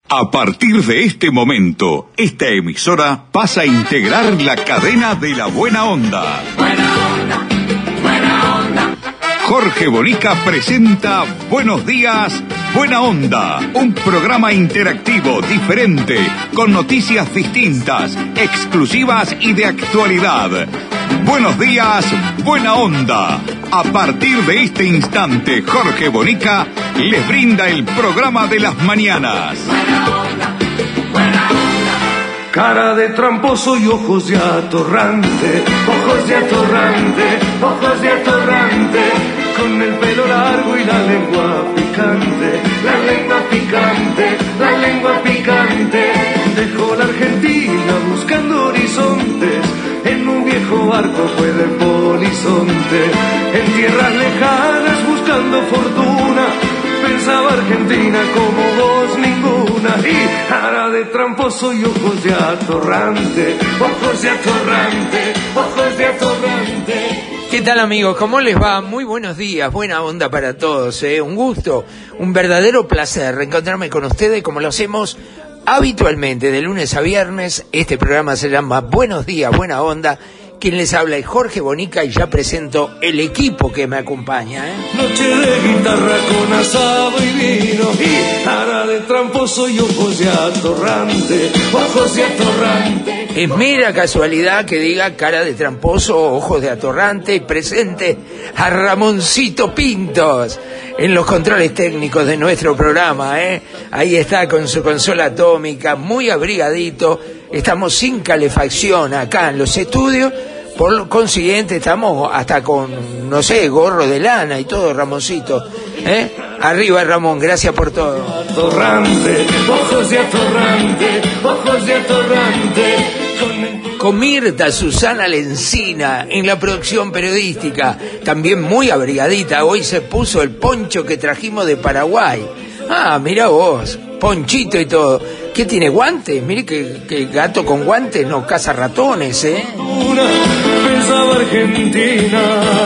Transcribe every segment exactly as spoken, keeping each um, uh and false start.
A partir de este momento, esta emisora pasa a integrar la cadena de la buena onda. Buena onda, buena onda. Jorge Bonica presenta Buenos Días, Buena Onda, un programa interactivo, diferente, con noticias distintas, exclusivas y de actualidad. Buenos días, Buena Onda. A partir de este instante, Jorge Bonica les brinda el programa de las mañanas. Buena onda, buena onda. Cara de tramposo y ojos de atorrante, ojos de atorrante, ojos de atorrante, con el pelo largo y la lengua picante, la lengua picante, la lengua picante. Dejó la Argentina buscando horizontes, en un viejo barco fue de polizonte, en tierras lejanas buscando fortuna, pensaba Argentina como vos ninguna, y cara de tramposo y ojos de atorrante, ojos de atorrante, ojos de atorrante. ¿Qué tal, amigos? ¿Cómo les va? Muy buenos días, buena onda para todos, ¿eh? Un gusto, un verdadero placer reencontrarme con ustedes como lo hacemos habitualmente de lunes a viernes. Este programa se llama Buenos Días, Buena Onda. Quien les habla es Jorge Bonica y ya presento el equipo que me acompaña, ¿eh? Noche de guitarra con asado y vino, y cara de tramposo y ojos de atorrante, ojos de atorrante. Es mera casualidad que diga cara de tramposo, ojos de atorrante, y presente a Ramoncito Pintos en los controles técnicos de nuestro programa, ¿eh? Ahí está con su consola atómica, muy abrigadito. Estamos sin calefacción acá en los estudios, por lo consiguiente estamos hasta con, no sé, gorro de lana y todo, Ramoncito, ¿eh? Arriba, Ramón, gracias por todo. Atorrante, ojos de atorrante, ojos de atorrante. Con... con Mirta Susana Lencina en la producción periodística, también muy abrigadita. Hoy se puso el poncho que trajimos de Paraguay. Ah, mira vos, ponchito y todo. ¿Qué tiene, guantes? Mire que, que gato con guantes no caza ratones, ¿eh? Una pensaba Argentina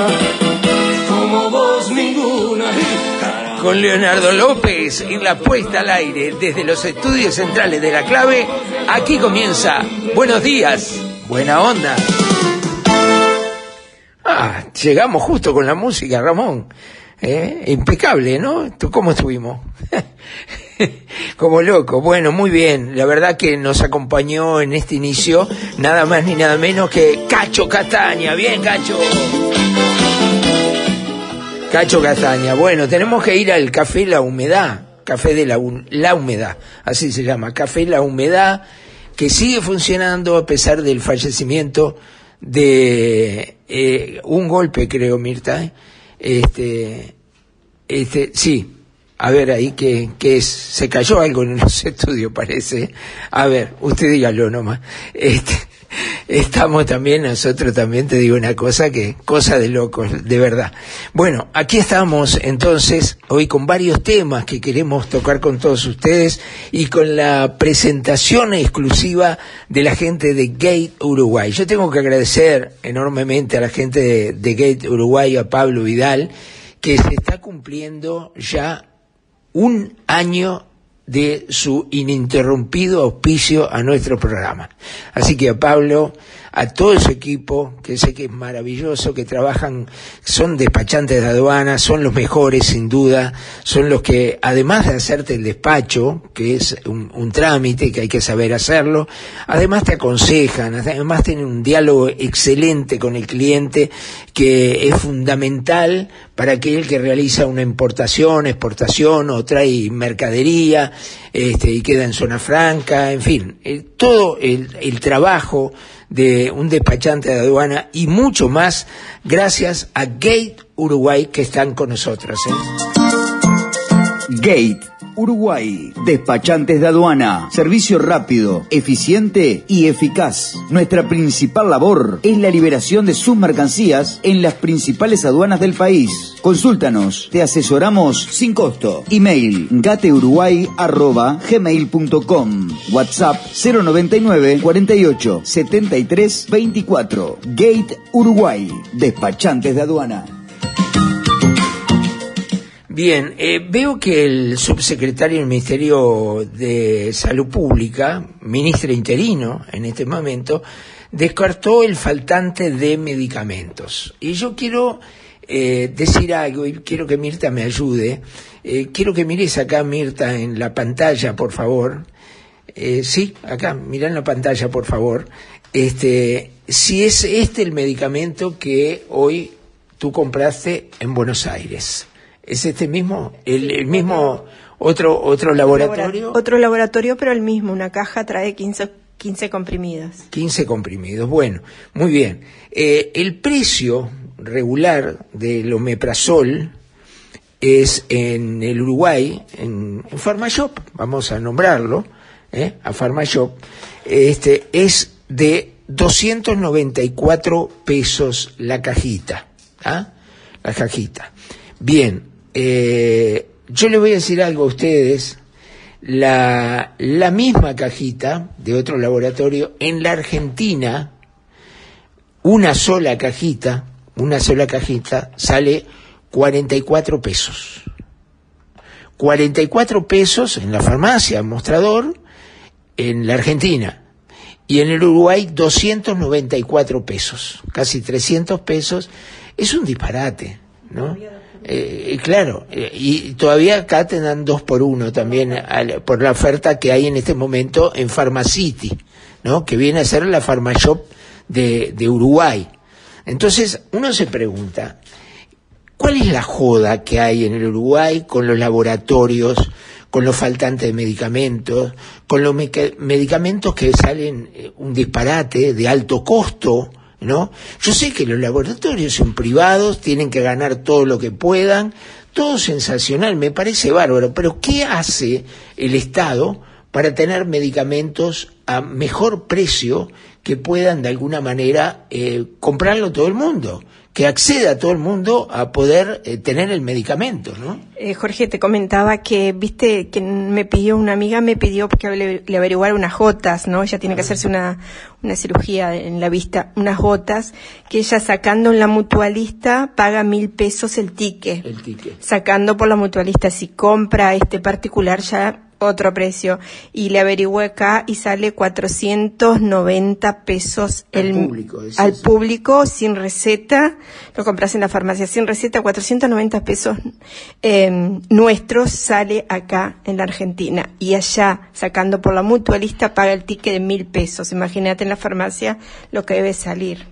como vos ninguna. Con Leonardo López en la puesta al aire desde los estudios centrales de La Clave. Aquí comienza Buenos Días, Buena Onda. Ah, llegamos justo con la música, Ramón. ¿Eh? Impecable, ¿no? ¿Tú cómo estuvimos? Como loco. Bueno, muy bien. La verdad que nos acompañó en este inicio nada más ni nada menos que Cacho Castaña. Bien, Cacho. Cacho Castaña. Bueno, tenemos que ir al Café La Humedad. Café de la, la Humedad. Así se llama. Café La Humedad, que sigue funcionando a pesar del fallecimiento de eh, un golpe, creo, Mirta, ¿eh? Este, este, sí, a ver ahí que, que es, se cayó algo en los estudios parece, a ver, usted dígalo nomás, este, estamos también, nosotros también te digo una cosa que, cosa de locos, de verdad. Bueno, aquí estamos entonces, hoy con varios temas que queremos tocar con todos ustedes y con la presentación exclusiva de la gente de Gate Uruguay. Yo tengo que agradecer enormemente a la gente de, de Gate Uruguay, a Pablo Vidal, que se está cumpliendo ya un año de su ininterrumpido auspicio a nuestro programa. Así que a Pablo, a todo su equipo, que sé que es maravilloso, que trabajan, son despachantes de aduana, son los mejores sin duda, son los que, además de hacerte el despacho, que es un, un trámite que hay que saber hacerlo, además te aconsejan, además tienen un diálogo excelente con el cliente, que es fundamental para aquel que realiza una importación, exportación o trae mercadería, este, y queda en zona franca, en fin, eh, todo el, el trabajo de un despachante de aduana y mucho más gracias a Gate Uruguay que están con nosotros, ¿eh? Gate Uruguay, despachantes de aduana, servicio rápido, eficiente y eficaz. Nuestra principal labor es la liberación de sus mercancías en las principales aduanas del país. Consúltanos, te asesoramos sin costo. Email gateuruguay arroba gmail punto com. WhatsApp cero noventa y nueve cuarenta y ocho setenta y tres veinticuatro. Gate Uruguay, despachantes de aduana. Bien, eh, veo que el subsecretario del Ministerio de Salud Pública, ministro interino en este momento, descartó el faltante de medicamentos. Y yo quiero eh, decir algo, y quiero que Mirta me ayude. Eh, quiero que mires acá, Mirta, en la pantalla, por favor. Eh, sí, acá, mira en la pantalla, por favor. Este, si es este el medicamento que hoy tú compraste en Buenos Aires. ¿Es este mismo? ¿El, el mismo otro otro laboratorio? Otro laboratorio, pero el mismo. Una caja trae quince, quince comprimidos. quince comprimidos. Bueno, muy bien. Eh, el precio regular del omeprazol es en el Uruguay, en, en Pharmashop, vamos a nombrarlo, ¿eh? a Pharmashop, este, es de doscientos noventa y cuatro pesos la cajita. ¿Ah? La cajita. Bien. Eh, yo le voy a decir algo a ustedes, la, la misma cajita de otro laboratorio en la Argentina, una sola cajita, una sola cajita sale cuarenta y cuatro pesos. cuarenta y cuatro pesos en la farmacia, mostrador, en la Argentina. Y en el Uruguay doscientos noventa y cuatro pesos, casi trescientos pesos. Es un disparate, ¿no? Eh, claro, eh, y todavía acá te dan dos por uno también al, por la oferta que hay en este momento en Pharmacity, ¿no? Que viene a ser la Pharmashop de, de Uruguay. Entonces uno se pregunta, ¿cuál es la joda que hay en el Uruguay con los laboratorios, con los faltantes de medicamentos, con los meca- medicamentos que salen eh, un disparate de alto costo? ¿No? Yo sé que los laboratorios son privados, tienen que ganar todo lo que puedan, todo sensacional, me parece bárbaro, pero ¿qué hace el Estado para tener medicamentos a mejor precio que puedan de alguna manera eh, comprarlo todo el mundo? Que acceda todo el mundo a poder eh, tener el medicamento, ¿no? Eh, Jorge, te comentaba que, viste, que me pidió, una amiga me pidió que le, le averiguara unas gotas, ¿no? Ella tiene que hacerse una, una cirugía en la vista, unas gotas, que ella sacando en la mutualista paga mil pesos el ticket. El ticket. Sacando por la mutualista, si compra este particular ya otro precio, y le averigüé acá y sale cuatrocientos noventa pesos al el, público, al es público sin receta, lo compras en la farmacia sin receta, cuatrocientos noventa pesos eh, nuestros sale acá en la Argentina, y allá sacando por la mutualista paga el ticket de mil pesos. Imagínate en la farmacia lo que debe salir.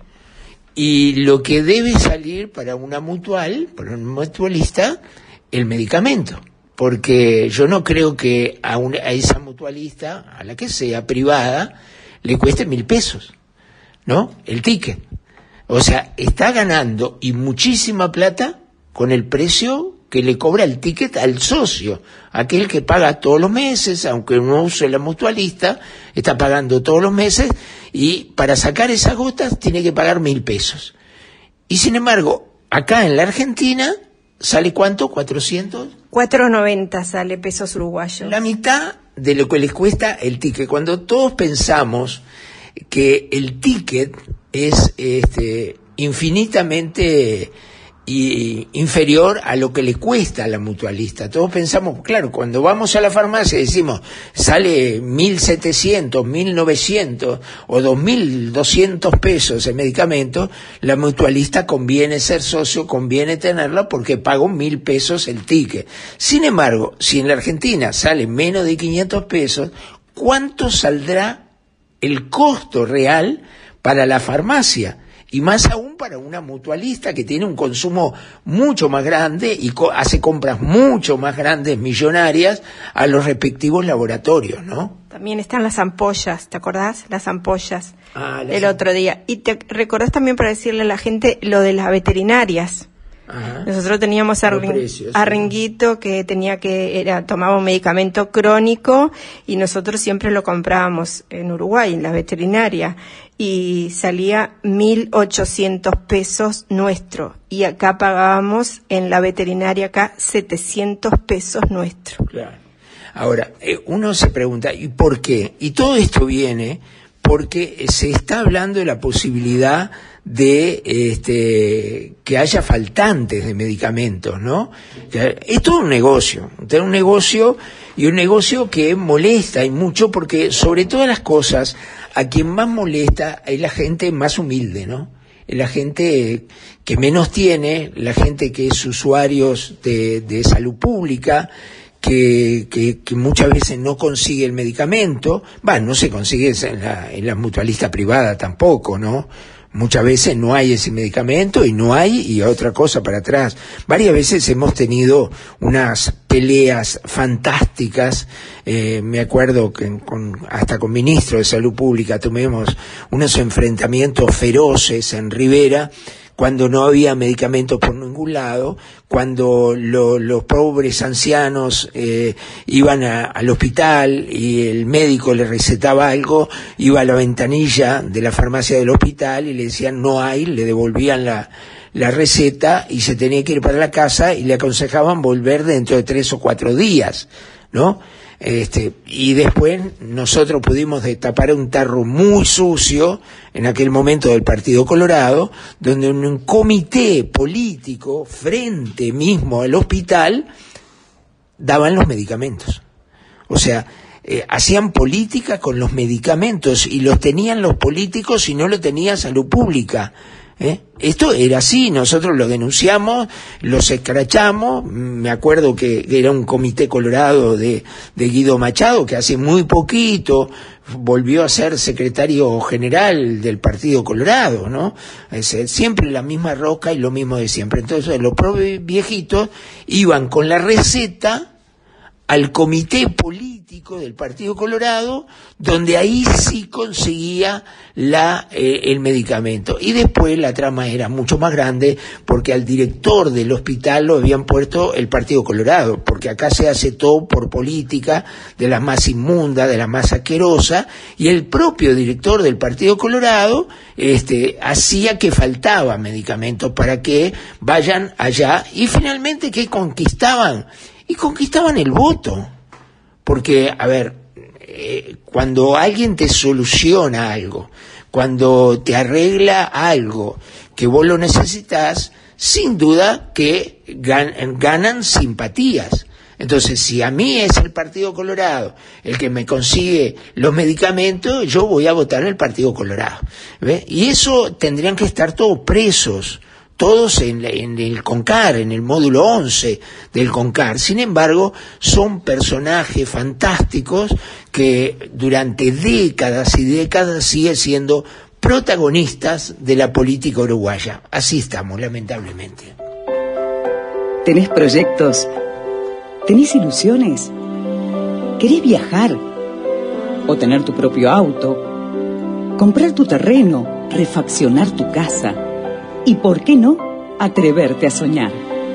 Y lo que debe salir para una mutual, para un mutualista, el medicamento. Porque yo no creo que a, una, a esa mutualista, a la que sea privada, le cueste mil pesos, ¿no? El ticket. O sea, está ganando y muchísima plata con el precio que le cobra el ticket al socio, aquel que paga todos los meses, aunque no use la mutualista, está pagando todos los meses, y para sacar esas gotas tiene que pagar mil pesos. Y sin embargo, acá en la Argentina, ¿sale cuánto? ¿cuatrocientos? cuatro noventa sale pesos uruguayos. La mitad de lo que les cuesta el ticket. Cuando todos pensamos que el ticket es este, infinitamente y inferior a lo que le cuesta a la mutualista. Todos pensamos, claro, cuando vamos a la farmacia decimos, sale mil setecientos, mil novecientos o dos mil doscientos pesos el medicamento, la mutualista conviene ser socio, conviene tenerla porque pago mil pesos el ticket. Sin embargo, si en la Argentina sale menos de quinientos pesos, ¿cuánto saldrá el costo real para la farmacia? Y más aún para una mutualista que tiene un consumo mucho más grande y co- hace compras mucho más grandes, millonarias, a los respectivos laboratorios, ¿no? También están las ampollas, ¿te acordás? Las ampollas Ah, las del am- otro día. Y te recordás también para decirle a la gente lo de las veterinarias. Ajá. Nosotros teníamos a, Los Ring- precios, a sí. Ringuito que tenía que era tomaba un medicamento crónico y nosotros siempre lo comprábamos en Uruguay, en la veterinaria, y salía mil ochocientos pesos nuestro, y acá pagábamos en la veterinaria acá setecientos pesos nuestro. Claro. Ahora, eh, uno se pregunta, ¿y por qué? Y todo esto viene porque se está hablando de la posibilidad de este que haya faltantes de medicamentos, ¿no? Es todo un negocio, es un negocio y un negocio que molesta y mucho, porque sobre todas las cosas a quien más molesta es la gente más humilde, ¿no? Es la gente que menos tiene, la gente que es usuarios de, de salud pública, que, que, que muchas veces no consigue el medicamento. Bueno, no se consigue en la, en la mutualista privada tampoco, ¿no? Muchas veces no hay ese medicamento y no hay, y otra cosa para atrás. Varias veces hemos tenido unas peleas fantásticas, eh, me acuerdo que con, hasta con ministros de Salud Pública tuvimos unos enfrentamientos feroces en Rivera, cuando no había medicamentos por ningún lado, cuando lo, los pobres ancianos eh, iban a, al hospital y el médico le recetaba algo, iba a la ventanilla de la farmacia del hospital y le decían no hay, le devolvían la, la receta y se tenía que ir para la casa y le aconsejaban volver dentro de tres o cuatro días, ¿no? Este, y después nosotros pudimos destapar un tarro muy sucio en aquel momento del Partido Colorado, donde en un comité político frente mismo al hospital daban los medicamentos. O sea, eh, hacían política con los medicamentos y los tenían los políticos y no lo tenía Salud Pública. ¿Eh? Esto era así, nosotros lo denunciamos, los escrachamos. Me acuerdo que era un comité colorado de, de Guido Machado, que hace muy poquito volvió a ser secretario general del Partido Colorado, ¿no? Es, siempre la misma roca y lo mismo de siempre. Entonces los propios viejitos iban con la receta al comité político del Partido Colorado, donde ahí sí conseguía la eh, el medicamento. Y después la trama era mucho más grande, porque al director del hospital lo habían puesto el Partido Colorado, porque acá se hace todo por política, de la más inmunda, de la más asquerosa, y el propio director del Partido Colorado este hacía que faltaba medicamentos para que vayan allá, y finalmente ¿qué conquistaban? Y conquistaban el voto, porque, a ver, eh, cuando alguien te soluciona algo, cuando te arregla algo que vos lo necesitas, sin duda que gan- ganan simpatías. Entonces, si a mí es el Partido Colorado el que me consigue los medicamentos, yo voy a votar el Partido Colorado. ¿Ve? Y eso tendrían que estar todos presos, todos en, en el CONCAR, en el módulo once del CONCAR. Sin embargo, son personajes fantásticos que durante décadas y décadas siguen siendo protagonistas de la política uruguaya. Así estamos, lamentablemente. ¿Tenés proyectos? ¿Tenés ilusiones? ¿Querés viajar? ¿O tener tu propio auto? ¿Comprar tu terreno? ¿Refaccionar tu casa? Y por qué no, atreverte a soñar.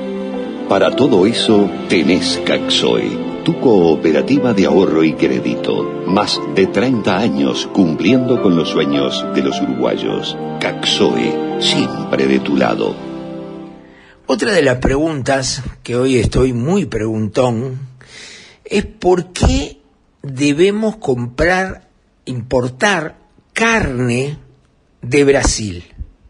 Para todo eso tenés Caxoe, tu cooperativa de ahorro y crédito. Más de treinta años cumpliendo con los sueños de los uruguayos. Caxoe, siempre de tu lado. Otra de las preguntas, que hoy estoy muy preguntón, es por qué debemos comprar, importar carne de Brasil.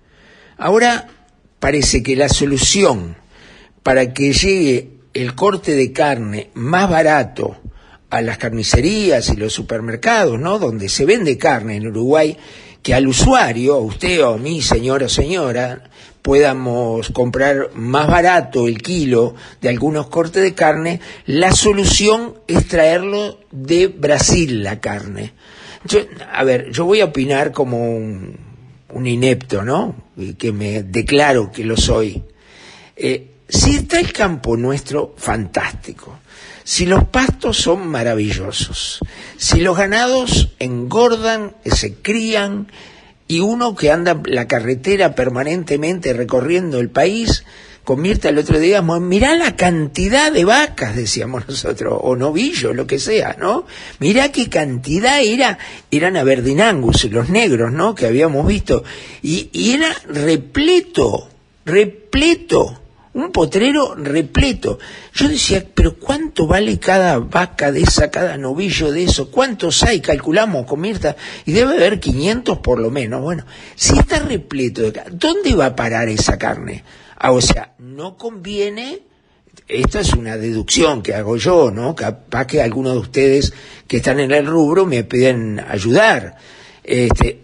Ahora parece que la solución para que llegue el corte de carne más barato a las carnicerías y los supermercados, ¿no?, donde se vende carne en Uruguay, que al usuario, a usted o a mí, señor o señora, podamos comprar más barato el kilo de algunos cortes de carne, la solución es traerlo de Brasil la carne. Yo, a ver, yo voy a opinar como un... un inepto, ¿no?, que me declaro que lo soy. Eh, si está el campo nuestro, fantástico. Si los pastos son maravillosos. Si los ganados engordan, se crían, y uno que anda la carretera permanentemente recorriendo el país, convierte el otro día, mirá la cantidad de vacas, decíamos nosotros, o novillos, lo que sea, ¿no? Mirá qué cantidad era, eran Aberdeen-Angus, los negros, ¿no?, que habíamos visto, y, y era repleto, repleto, un potrero repleto. Yo decía, pero ¿cuánto vale cada vaca de esa, cada novillo de eso? ¿Cuántos hay? Calculamos con Mirta, y debe haber quinientos por lo menos. Bueno, si está repleto de carne, ¿dónde va a parar esa carne? Ah, o sea, no conviene, esta es una deducción que hago yo, ¿no? Capaz que algunos de ustedes que están en el rubro me piden ayudar. Este,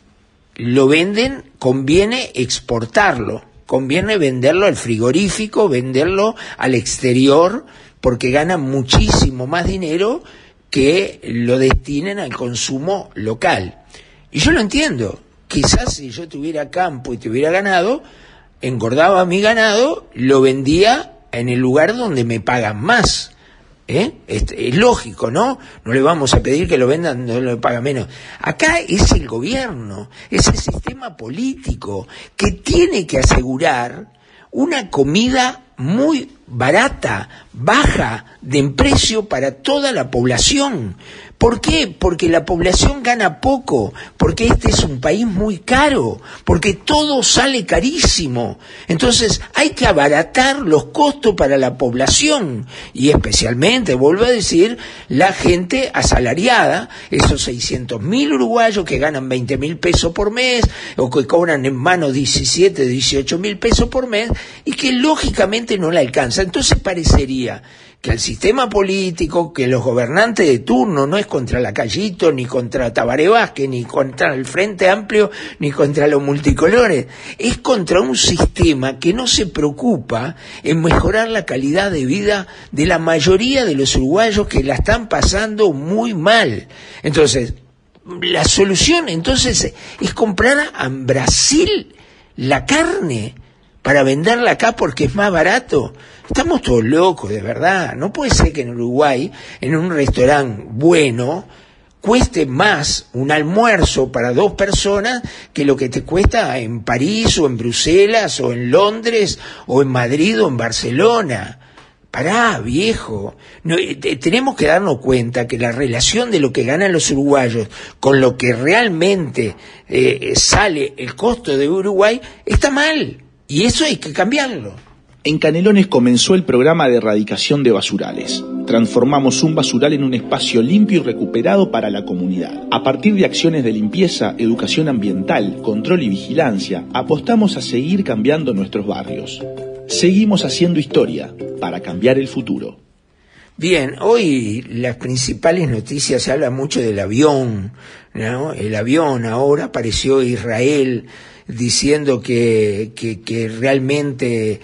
lo venden, conviene exportarlo. Conviene venderlo al frigorífico, venderlo al exterior, porque ganan muchísimo más dinero que lo destinen al consumo local. Y yo lo entiendo. Quizás si yo tuviera campo y tuviera ganado, engordaba mi ganado, lo vendía en el lugar donde me pagan más. ¿Eh? Es, es lógico, ¿no? No le vamos a pedir que lo vendan donde lo pagan menos. Acá es el gobierno, es el sistema político que tiene que asegurar una comida muy barata, baja de en precio para toda la población. ¿Por qué? Porque la población gana poco, porque este es un país muy caro, porque todo sale carísimo. Entonces hay que abaratar los costos para la población y especialmente, vuelvo a decir, la gente asalariada, esos seiscientos mil uruguayos que ganan veinte mil pesos por mes o que cobran en mano diecisiete, dieciocho mil pesos por mes y que lógicamente no la alcanza. Entonces parecería que el sistema político, que los gobernantes de turno, no es contra Lacayito, ni contra Tabaré Vázquez, ni contra el Frente Amplio, ni contra los multicolores, es contra un sistema que no se preocupa en mejorar la calidad de vida de la mayoría de los uruguayos que la están pasando muy mal. Entonces, la solución entonces es comprar en Brasil la carne para venderla acá porque es más barato. Estamos todos locos, de verdad. No puede ser que en Uruguay, en un restaurante bueno, cueste más un almuerzo para dos personas que lo que te cuesta en París o en Bruselas o en Londres o en Madrid o en Barcelona. Pará, viejo. No, te, tenemos que darnos cuenta que la relación de lo que ganan los uruguayos con lo que realmente eh, sale el costo de Uruguay está mal. Y eso hay que cambiarlo. En Canelones comenzó el programa de erradicación de basurales. Transformamos un basural en un espacio limpio y recuperado para la comunidad. A partir de acciones de limpieza, educación ambiental, control y vigilancia, apostamos a seguir cambiando nuestros barrios. Seguimos haciendo historia para cambiar el futuro. Bien, hoy las principales noticias se habla mucho del avión, ¿no? El avión, ahora apareció Israel diciendo que, que, que realmente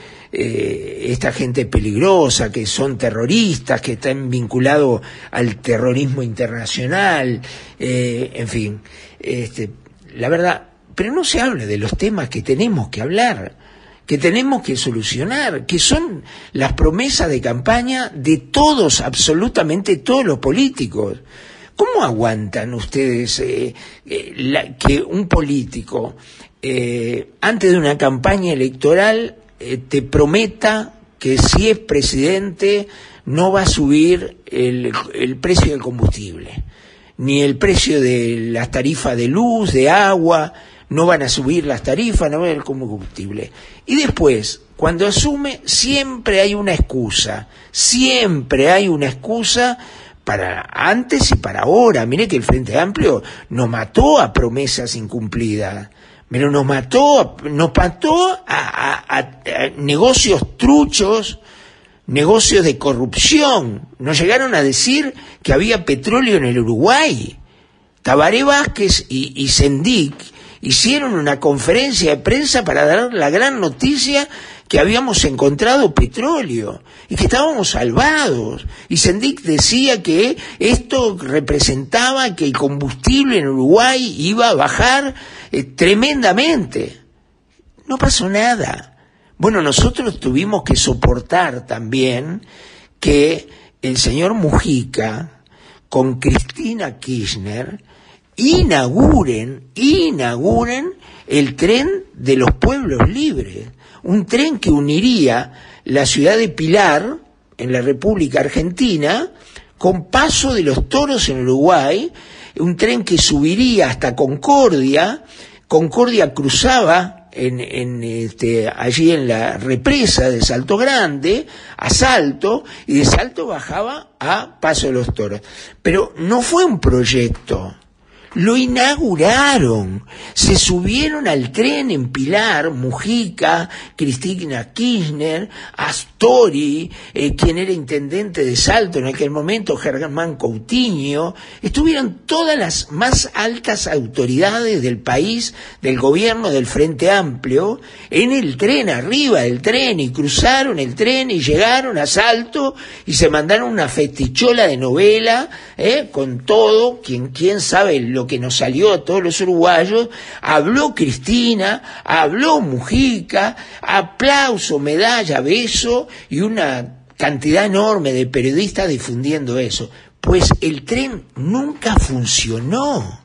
eh, esta gente peligrosa, que son terroristas, que están vinculados al terrorismo internacional, eh, en fin, este, la verdad, pero no se habla de los temas que tenemos que hablar, que tenemos que solucionar, que son las promesas de campaña de todos, absolutamente todos los políticos. ¿Cómo aguantan ustedes eh, eh, la, que un político eh, antes de una campaña electoral eh, te prometa que si es presidente no va a subir el, el precio del combustible, ni el precio de las tarifas de luz, de agua, no van a subir las tarifas, no va a haber combustible? Y después, cuando asume, siempre hay una excusa, siempre hay una excusa para antes y para ahora. Mire que el Frente Amplio nos mató a promesas incumplidas, pero nos mató, nos mató a, a, a, a negocios truchos, negocios de corrupción. Nos llegaron a decir que había petróleo en el Uruguay. Tabaré Vázquez y, y Sendik hicieron una conferencia de prensa para dar la gran noticia que habíamos encontrado petróleo y que estábamos salvados. Y Sendik decía que esto representaba que el combustible en Uruguay iba a bajar eh, tremendamente. No pasó nada. Bueno, nosotros tuvimos que soportar también que el señor Mujica con Cristina Kirchner inauguren, inauguren el tren de los pueblos libres, un tren que uniría la ciudad de Pilar, en la República Argentina, con Paso de los Toros en Uruguay, un tren que subiría hasta Concordia. Concordia cruzaba en, en este, allí en la represa de Salto Grande, a Salto, y de Salto bajaba a Paso de los Toros. Pero no fue un proyecto. Lo inauguraron, se subieron al tren en Pilar, Mujica, Cristina Kirchner, Astori, eh, quien era intendente de Salto en aquel momento, Germán Coutinho, estuvieron todas las más altas autoridades del país, del gobierno del Frente Amplio, en el tren, arriba del tren, y cruzaron el tren y llegaron a Salto y se mandaron una festichola de novela, eh, con todo, quien, quién sabe lo que nos salió a todos los uruguayos. Habló Cristina, habló Mujica, aplauso, medalla, beso y una cantidad enorme de periodistas difundiendo eso. Pues el tren nunca funcionó,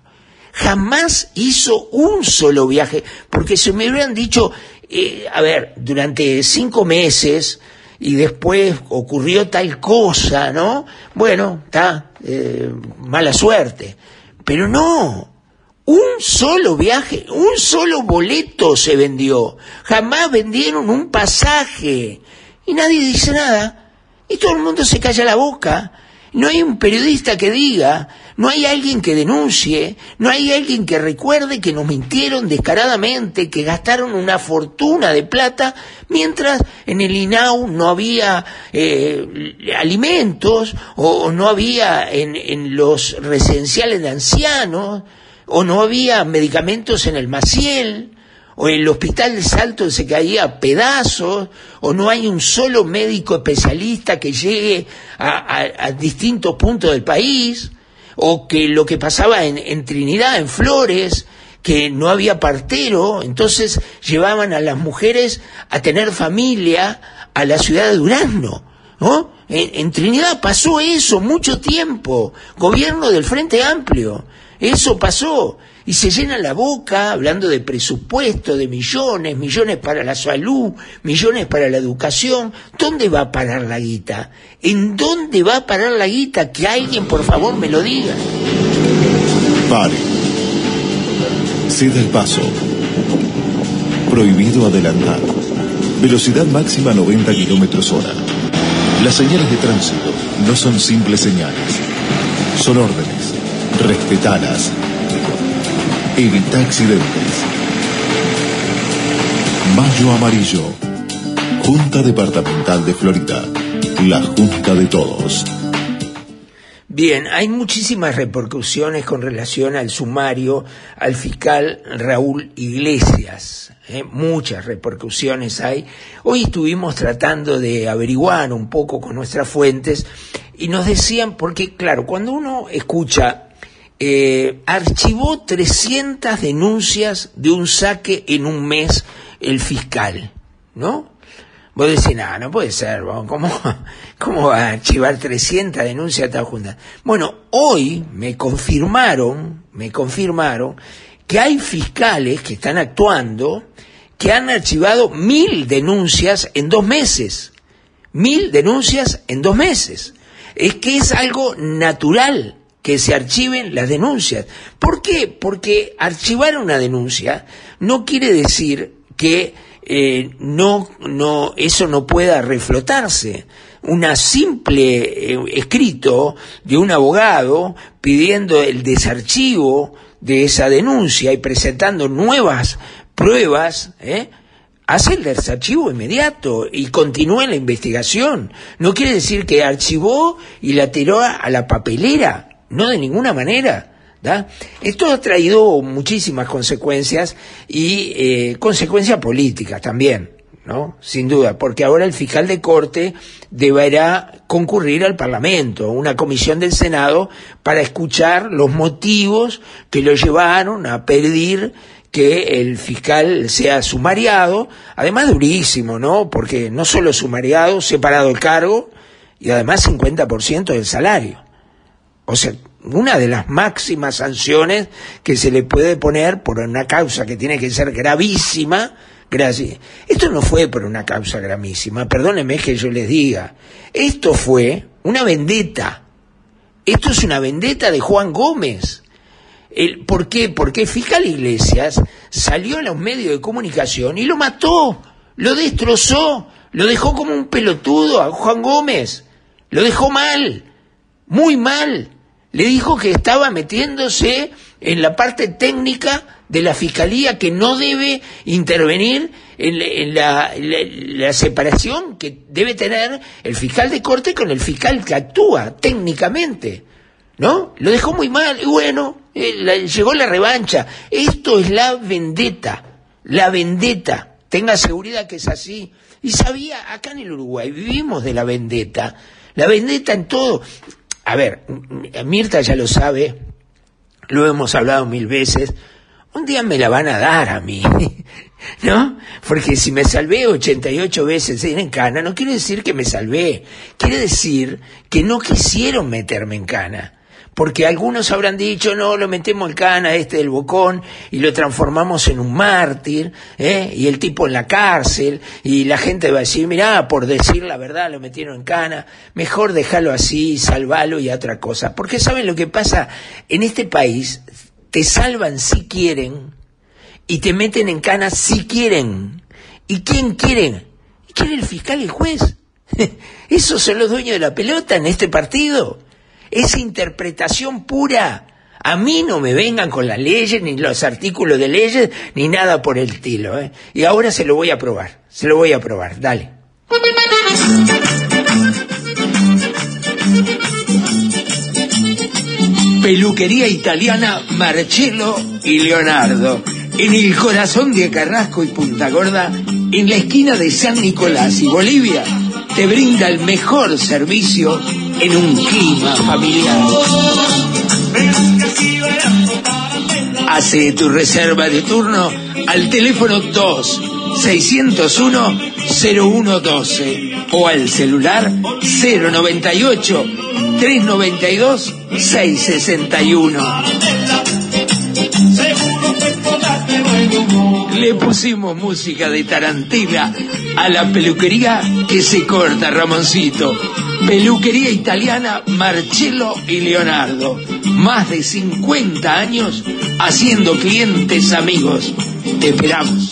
jamás hizo un solo viaje, porque si me hubieran dicho, eh, a ver, durante cinco meses y después ocurrió tal cosa, ¿no? Bueno, está, eh, mala suerte. Pero no, un solo viaje, un solo boleto se vendió, jamás vendieron un pasaje y nadie dice nada y todo el mundo se calla la boca. No hay un periodista que diga, no hay alguien que denuncie, no hay alguien que recuerde que nos mintieron descaradamente, que gastaron una fortuna de plata, mientras en el INAU no había eh, alimentos, o no había en, en los residenciales de ancianos, o no había medicamentos en el Maciel, o el hospital de Salto se caía a pedazos, o no hay un solo médico especialista que llegue a, a, a distintos puntos del país, o que lo que pasaba en, en Trinidad, en Flores, que no había partero, entonces llevaban a las mujeres a tener familia a la ciudad de Durazno, ¿no? En, en Trinidad pasó eso mucho tiempo, gobierno del Frente Amplio, eso pasó. Y se llena la boca hablando de presupuesto, de millones, millones para la salud, millones para la educación. ¿Dónde va a parar la guita? ¿En dónde va a parar la guita? Que alguien, por favor, me lo diga. Pare. Ceda el paso. Prohibido adelantar. Velocidad máxima noventa kilómetros hora. Las señales de tránsito no son simples señales. Son órdenes. Respetalas. Evita accidentes. Mayo Amarillo. Junta Departamental de Florida. La Junta de Todos. Bien, hay muchísimas repercusiones con relación al sumario al fiscal Raúl Iglesias. ¿eh? Muchas repercusiones hay. Hoy estuvimos tratando de averiguar un poco con nuestras fuentes y nos decían, porque claro, cuando uno escucha... Eh, archivó trescientas denuncias de un saque en un mes el fiscal, ¿no? Vos decís, no, no puede ser, ¿cómo, cómo va a archivar trescientas denuncias tan juntas? Bueno, hoy me confirmaron, me confirmaron que hay fiscales que están actuando que han archivado mil denuncias en dos meses. Mil denuncias en dos meses. Es que es algo natural que se archiven las denuncias. ¿Por qué? Porque archivar una denuncia no quiere decir que eh, no, no, eso no pueda reflotarse. Una simple eh, escrito de un abogado pidiendo el desarchivo de esa denuncia y presentando nuevas pruebas, ¿eh? hace el desarchivo inmediato y continúa la investigación. No quiere decir que archivó y la tiró a la papelera. No, de ninguna manera. ¿da? Esto ha traído muchísimas consecuencias y eh, consecuencias políticas también, ¿no? Sin duda, porque ahora el fiscal de corte deberá concurrir al Parlamento, una comisión del Senado, para escuchar los motivos que lo llevaron a pedir que el fiscal sea sumariado, además durísimo, ¿no? Porque no solo sumariado, separado el cargo y además cincuenta por ciento del salario. O sea, una de las máximas sanciones que se le puede poner por una causa que tiene que ser gravísima. Gracias. Esto no fue por una causa gravísima, perdónenme que yo les diga. Esto fue una vendetta. Esto es una vendetta de Juan Gómez. El, ¿Por qué? Porque el fiscal Iglesias salió a los medios de comunicación y lo mató, lo destrozó, lo dejó como un pelotudo a Juan Gómez, lo dejó mal, muy mal. Le dijo que estaba metiéndose en la parte técnica de la fiscalía, que no debe intervenir en, en, la, en la, la separación que debe tener el fiscal de corte con el fiscal que actúa técnicamente, ¿no? Lo dejó muy mal y bueno, eh, la, llegó la revancha. Esto es la vendetta, la vendetta. Tenga seguridad que es así. Y sabía, acá en el Uruguay vivimos de la vendetta, la vendetta en todo. A ver, Mirta ya lo sabe, lo hemos hablado mil veces, un día me la van a dar a mí, ¿no? Porque si me salvé ochenta y ocho veces en cana, no quiere decir que me salvé, quiere decir que no quisieron meterme en cana. Porque algunos habrán dicho, no, lo metemos en cana, este del Bocón, y lo transformamos en un mártir, ¿eh? Y el tipo en la cárcel, y la gente va a decir, mirá, por decir la verdad lo metieron en cana, mejor dejarlo así, salvalo y a otra cosa. Porque ¿saben lo que pasa? En este país te salvan si quieren, y te meten en cana si quieren. ¿Y quién quieren? ¿Quiere el fiscal y el juez? Esos son los dueños de la pelota en este partido. Es interpretación pura. A mí no me vengan con las leyes, ni los artículos de leyes, ni nada por el estilo, ¿eh? Y ahora se lo voy a probar, se lo voy a probar, dale. Peluquería italiana Marcello y Leonardo, en el corazón de Carrasco y Punta Gorda, en la esquina de San Nicolás y Bolivia, te brinda el mejor servicio en un clima familiar. Hace tu reserva de turno al teléfono dos seiscientos uno cero uno doce o al celular cero noventa y ocho trescientos noventa y dos seiscientos sesenta y uno. Le pusimos música de Tarantella a la peluquería que se corta, Ramoncito. Peluquería italiana Marcello y Leonardo. Más de cincuenta años haciendo clientes amigos. Te esperamos.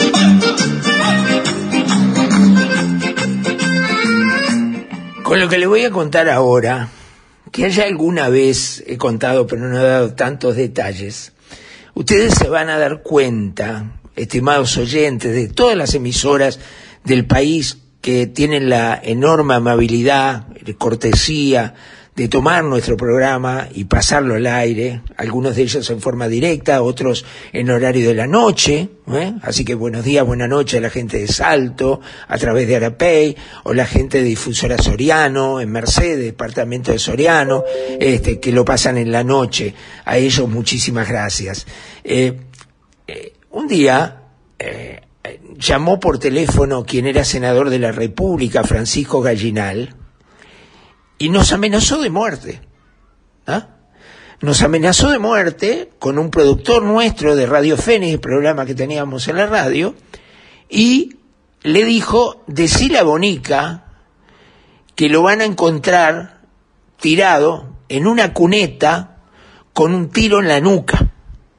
Con lo que le voy a contar ahora, que ya alguna vez he contado pero no he dado tantos detalles, ustedes se van a dar cuenta, estimados oyentes de todas las emisoras del país que tienen la enorme amabilidad, cortesía de tomar nuestro programa y pasarlo al aire, algunos de ellos en forma directa, otros en horario de la noche, ¿eh? Así que buenos días, buenas noches a la gente de Salto, a través de Arapey, o la gente de Difusora Soriano, en Mercedes, departamento de Soriano, este, que lo pasan en la noche. A ellos muchísimas gracias. Eh, eh, un día, eh, llamó por teléfono quien era senador de la República, Francisco Gallinal, y nos amenazó de muerte. ¿Ah? Nos amenazó de muerte con un productor nuestro de Radio Fénix, el programa que teníamos en la radio, y le dijo, decile a Bonica que lo van a encontrar tirado en una cuneta con un tiro en la nuca.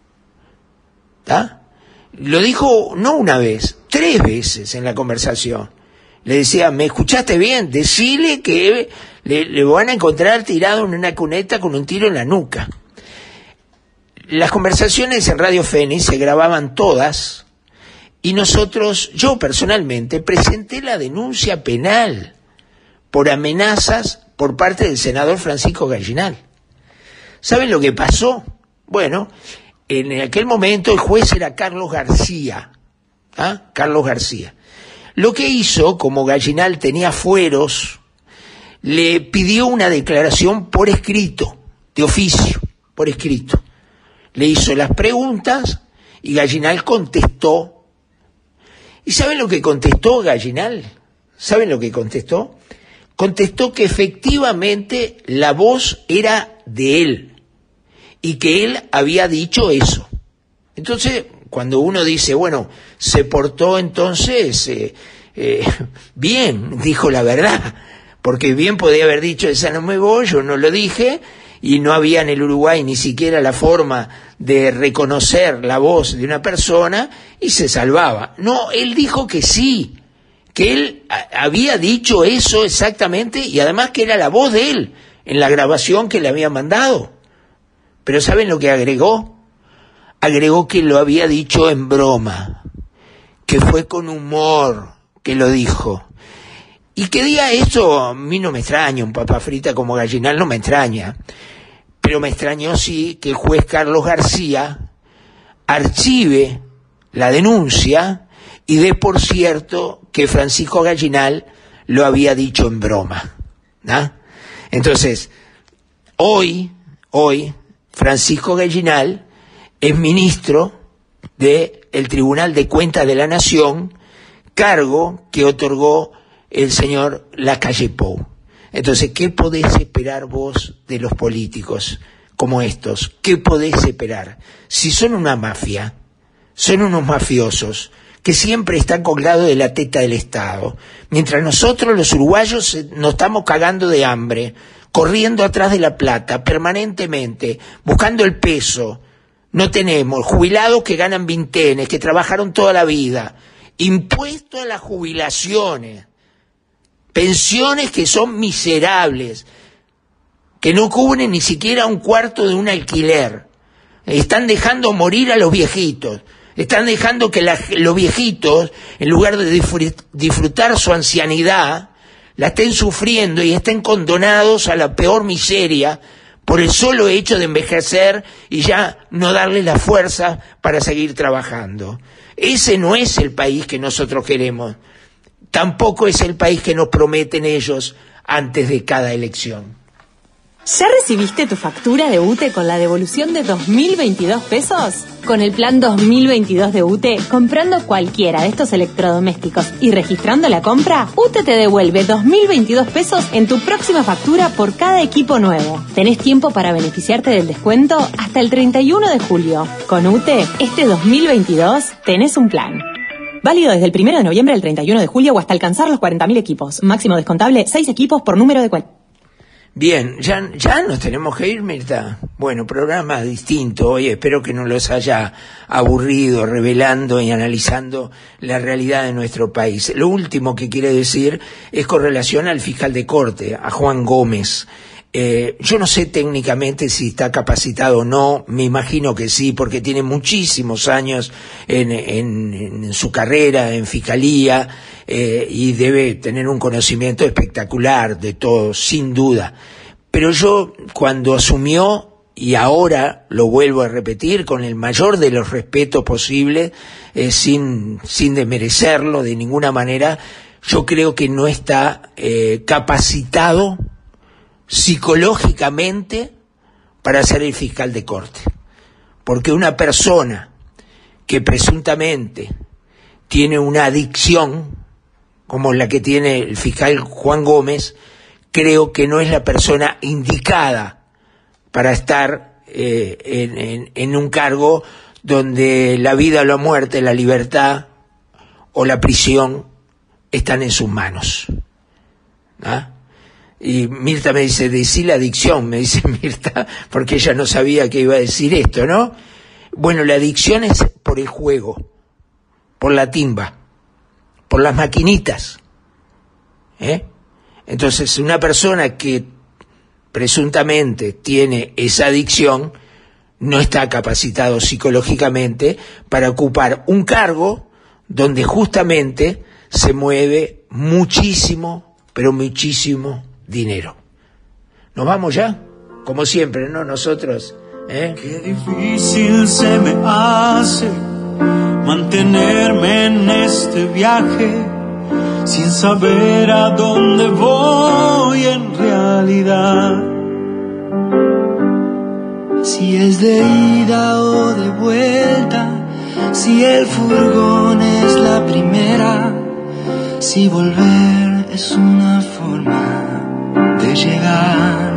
¿Ah? Lo dijo no una vez, tres veces en la conversación. Le decía, ¿me escuchaste bien? Decile que le, le van a encontrar tirado en una cuneta con un tiro en la nuca. Las conversaciones en Radio Fénix se grababan todas y nosotros, yo personalmente, presenté la denuncia penal por amenazas por parte del senador Francisco Gallinal. ¿Saben lo que pasó? Bueno, en aquel momento el juez era Carlos García. ¿Ah? Carlos García. Lo que hizo, como Gallinal tenía fueros, le pidió una declaración por escrito, de oficio, por escrito. Le hizo las preguntas y Gallinal contestó. ¿Y saben lo que contestó Gallinal? ¿Saben lo que contestó? Contestó que efectivamente la voz era de él y que él había dicho eso. Entonces, cuando uno dice, bueno, se portó entonces eh, eh, bien, dijo la verdad, porque bien podía haber dicho, esa no me voy, yo no lo dije, y no había en el Uruguay ni siquiera la forma de reconocer la voz de una persona y se salvaba. No, él dijo que sí, que él a- había dicho eso exactamente y además que era la voz de él en la grabación que le había mandado. Pero ¿saben lo que agregó? Agregó que lo había dicho en broma, que fue con humor que lo dijo. Y que diga eso, a mí no me extraña, un papa frita como Gallinal no me extraña. Pero me extrañó sí que el juez Carlos García archive la denuncia y dé por cierto que Francisco Gallinal lo había dicho en broma, ¿no? Entonces, hoy, hoy, Francisco Gallinal es ministro del Tribunal de Cuentas de la Nación, cargo que otorgó el señor Lacalle Pou. Entonces, ¿qué podés esperar vos de los políticos como estos? ¿Qué podés esperar? Si son una mafia, son unos mafiosos que siempre están colgados de la teta del Estado, mientras nosotros los uruguayos nos estamos cagando de hambre, corriendo atrás de la plata permanentemente, buscando el peso. No tenemos jubilados que ganan vintenes, que trabajaron toda la vida, impuesto a las jubilaciones, pensiones que son miserables, que no cubren ni siquiera un cuarto de un alquiler. Están dejando morir a los viejitos, están dejando que la, los viejitos, en lugar de disfrutar su ancianidad, la estén sufriendo y estén condenados a la peor miseria por el solo hecho de envejecer y ya no darle la fuerza para seguir trabajando. Ese no es el país que nosotros queremos. Tampoco es el país que nos prometen ellos antes de cada elección. ¿Ya recibiste tu factura de U T E con la devolución de dos mil veintidós pesos? Con el plan dos mil veintidós de U T E, comprando cualquiera de estos electrodomésticos y registrando la compra, U T E te devuelve dos mil veintidós pesos en tu próxima factura por cada equipo nuevo. Tenés tiempo para beneficiarte del descuento hasta el treinta y uno de julio. Con U T E, este dos mil veintidós tenés un plan. Válido desde el primero de noviembre al treinta y uno de julio o hasta alcanzar los cuarenta mil equipos. Máximo descontable, seis equipos por número de cuenta. Bien, ya, ya nos tenemos que ir, Mirta. Bueno, programa distinto hoy, espero que no los haya aburrido revelando y analizando la realidad de nuestro país. Lo último que quiere decir es con relación al fiscal de corte, a Juan Gómez. Eh, yo no sé técnicamente si está capacitado o no, me imagino que sí, porque tiene muchísimos años en, en, en su carrera, en fiscalía, eh, y debe tener un conocimiento espectacular de todo, sin duda. Pero yo, cuando asumió, y ahora lo vuelvo a repetir, con el mayor de los respetos posibles, eh, sin, sin desmerecerlo de ninguna manera, yo creo que no está eh, capacitado psicológicamente para ser el fiscal de corte, porque una persona que presuntamente tiene una adicción como la que tiene el fiscal Juan Gómez, creo que no es la persona indicada para estar eh, en, en, en un cargo donde la vida o la muerte, la libertad o la prisión están en sus manos. ¿Ah? Y Mirta me dice, decí la adicción, me dice Mirta, porque ella no sabía que iba a decir esto, ¿no? Bueno, la adicción es por el juego, por la timba, por las maquinitas, ¿eh? Entonces, una persona que presuntamente tiene esa adicción no está capacitado psicológicamente para ocupar un cargo donde justamente se mueve muchísimo, pero muchísimo dinero. ¿Nos vamos ya? Como siempre, ¿no? Nosotros, ¿eh? Qué difícil se me hace mantenerme en este viaje sin saber a dónde voy en realidad. Si es de ida o de vuelta, si el furgón es la primera, si volver es una forma de llegar.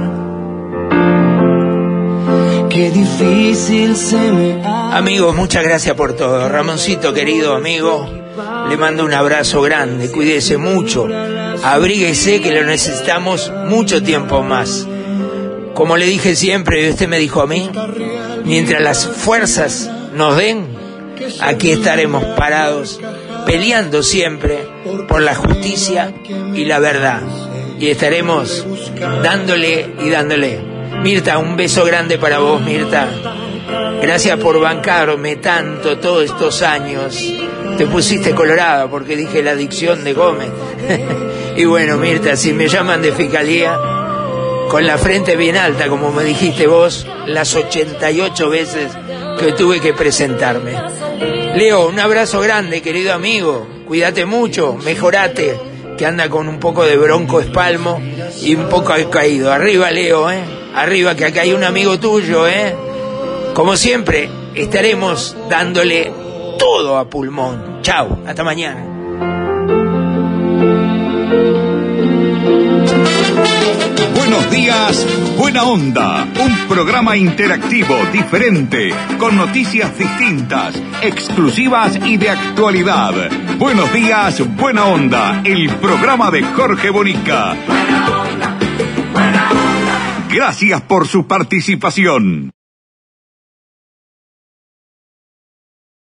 Qué difícil se me hace. Amigos, muchas gracias por todo. Ramoncito, querido amigo, le mando un abrazo grande, cuídese mucho, abríguese que lo necesitamos mucho tiempo más. como le dije siempre, y usted me dijo a mí, mientras las fuerzas nos den, aquí estaremos parados, peleando siempre por la justicia y la verdad. Y estaremos dándole y dándole. Mirta, un beso grande para vos, Mirta. Gracias por bancarme tanto todos estos años. Te pusiste colorada porque dije la adicción de Gómez. Y bueno, Mirta, si me llaman de fiscalía, con la frente bien alta, como me dijiste vos, las ochenta y ocho veces que tuve que presentarme. Leo, un abrazo grande, querido amigo. Cuídate mucho, mejorate, que anda con un poco de bronco espalmo y un poco caído. Arriba, Leo, ¿eh? Arriba, que acá hay un amigo tuyo, ¿eh? Como siempre, estaremos dándole todo a pulmón. Chao, hasta mañana. Buenos días, buena onda. Un programa interactivo, diferente, con noticias distintas, exclusivas y de actualidad. Buenos días, buena onda. El programa de Jorge Bonica. Gracias por su participación.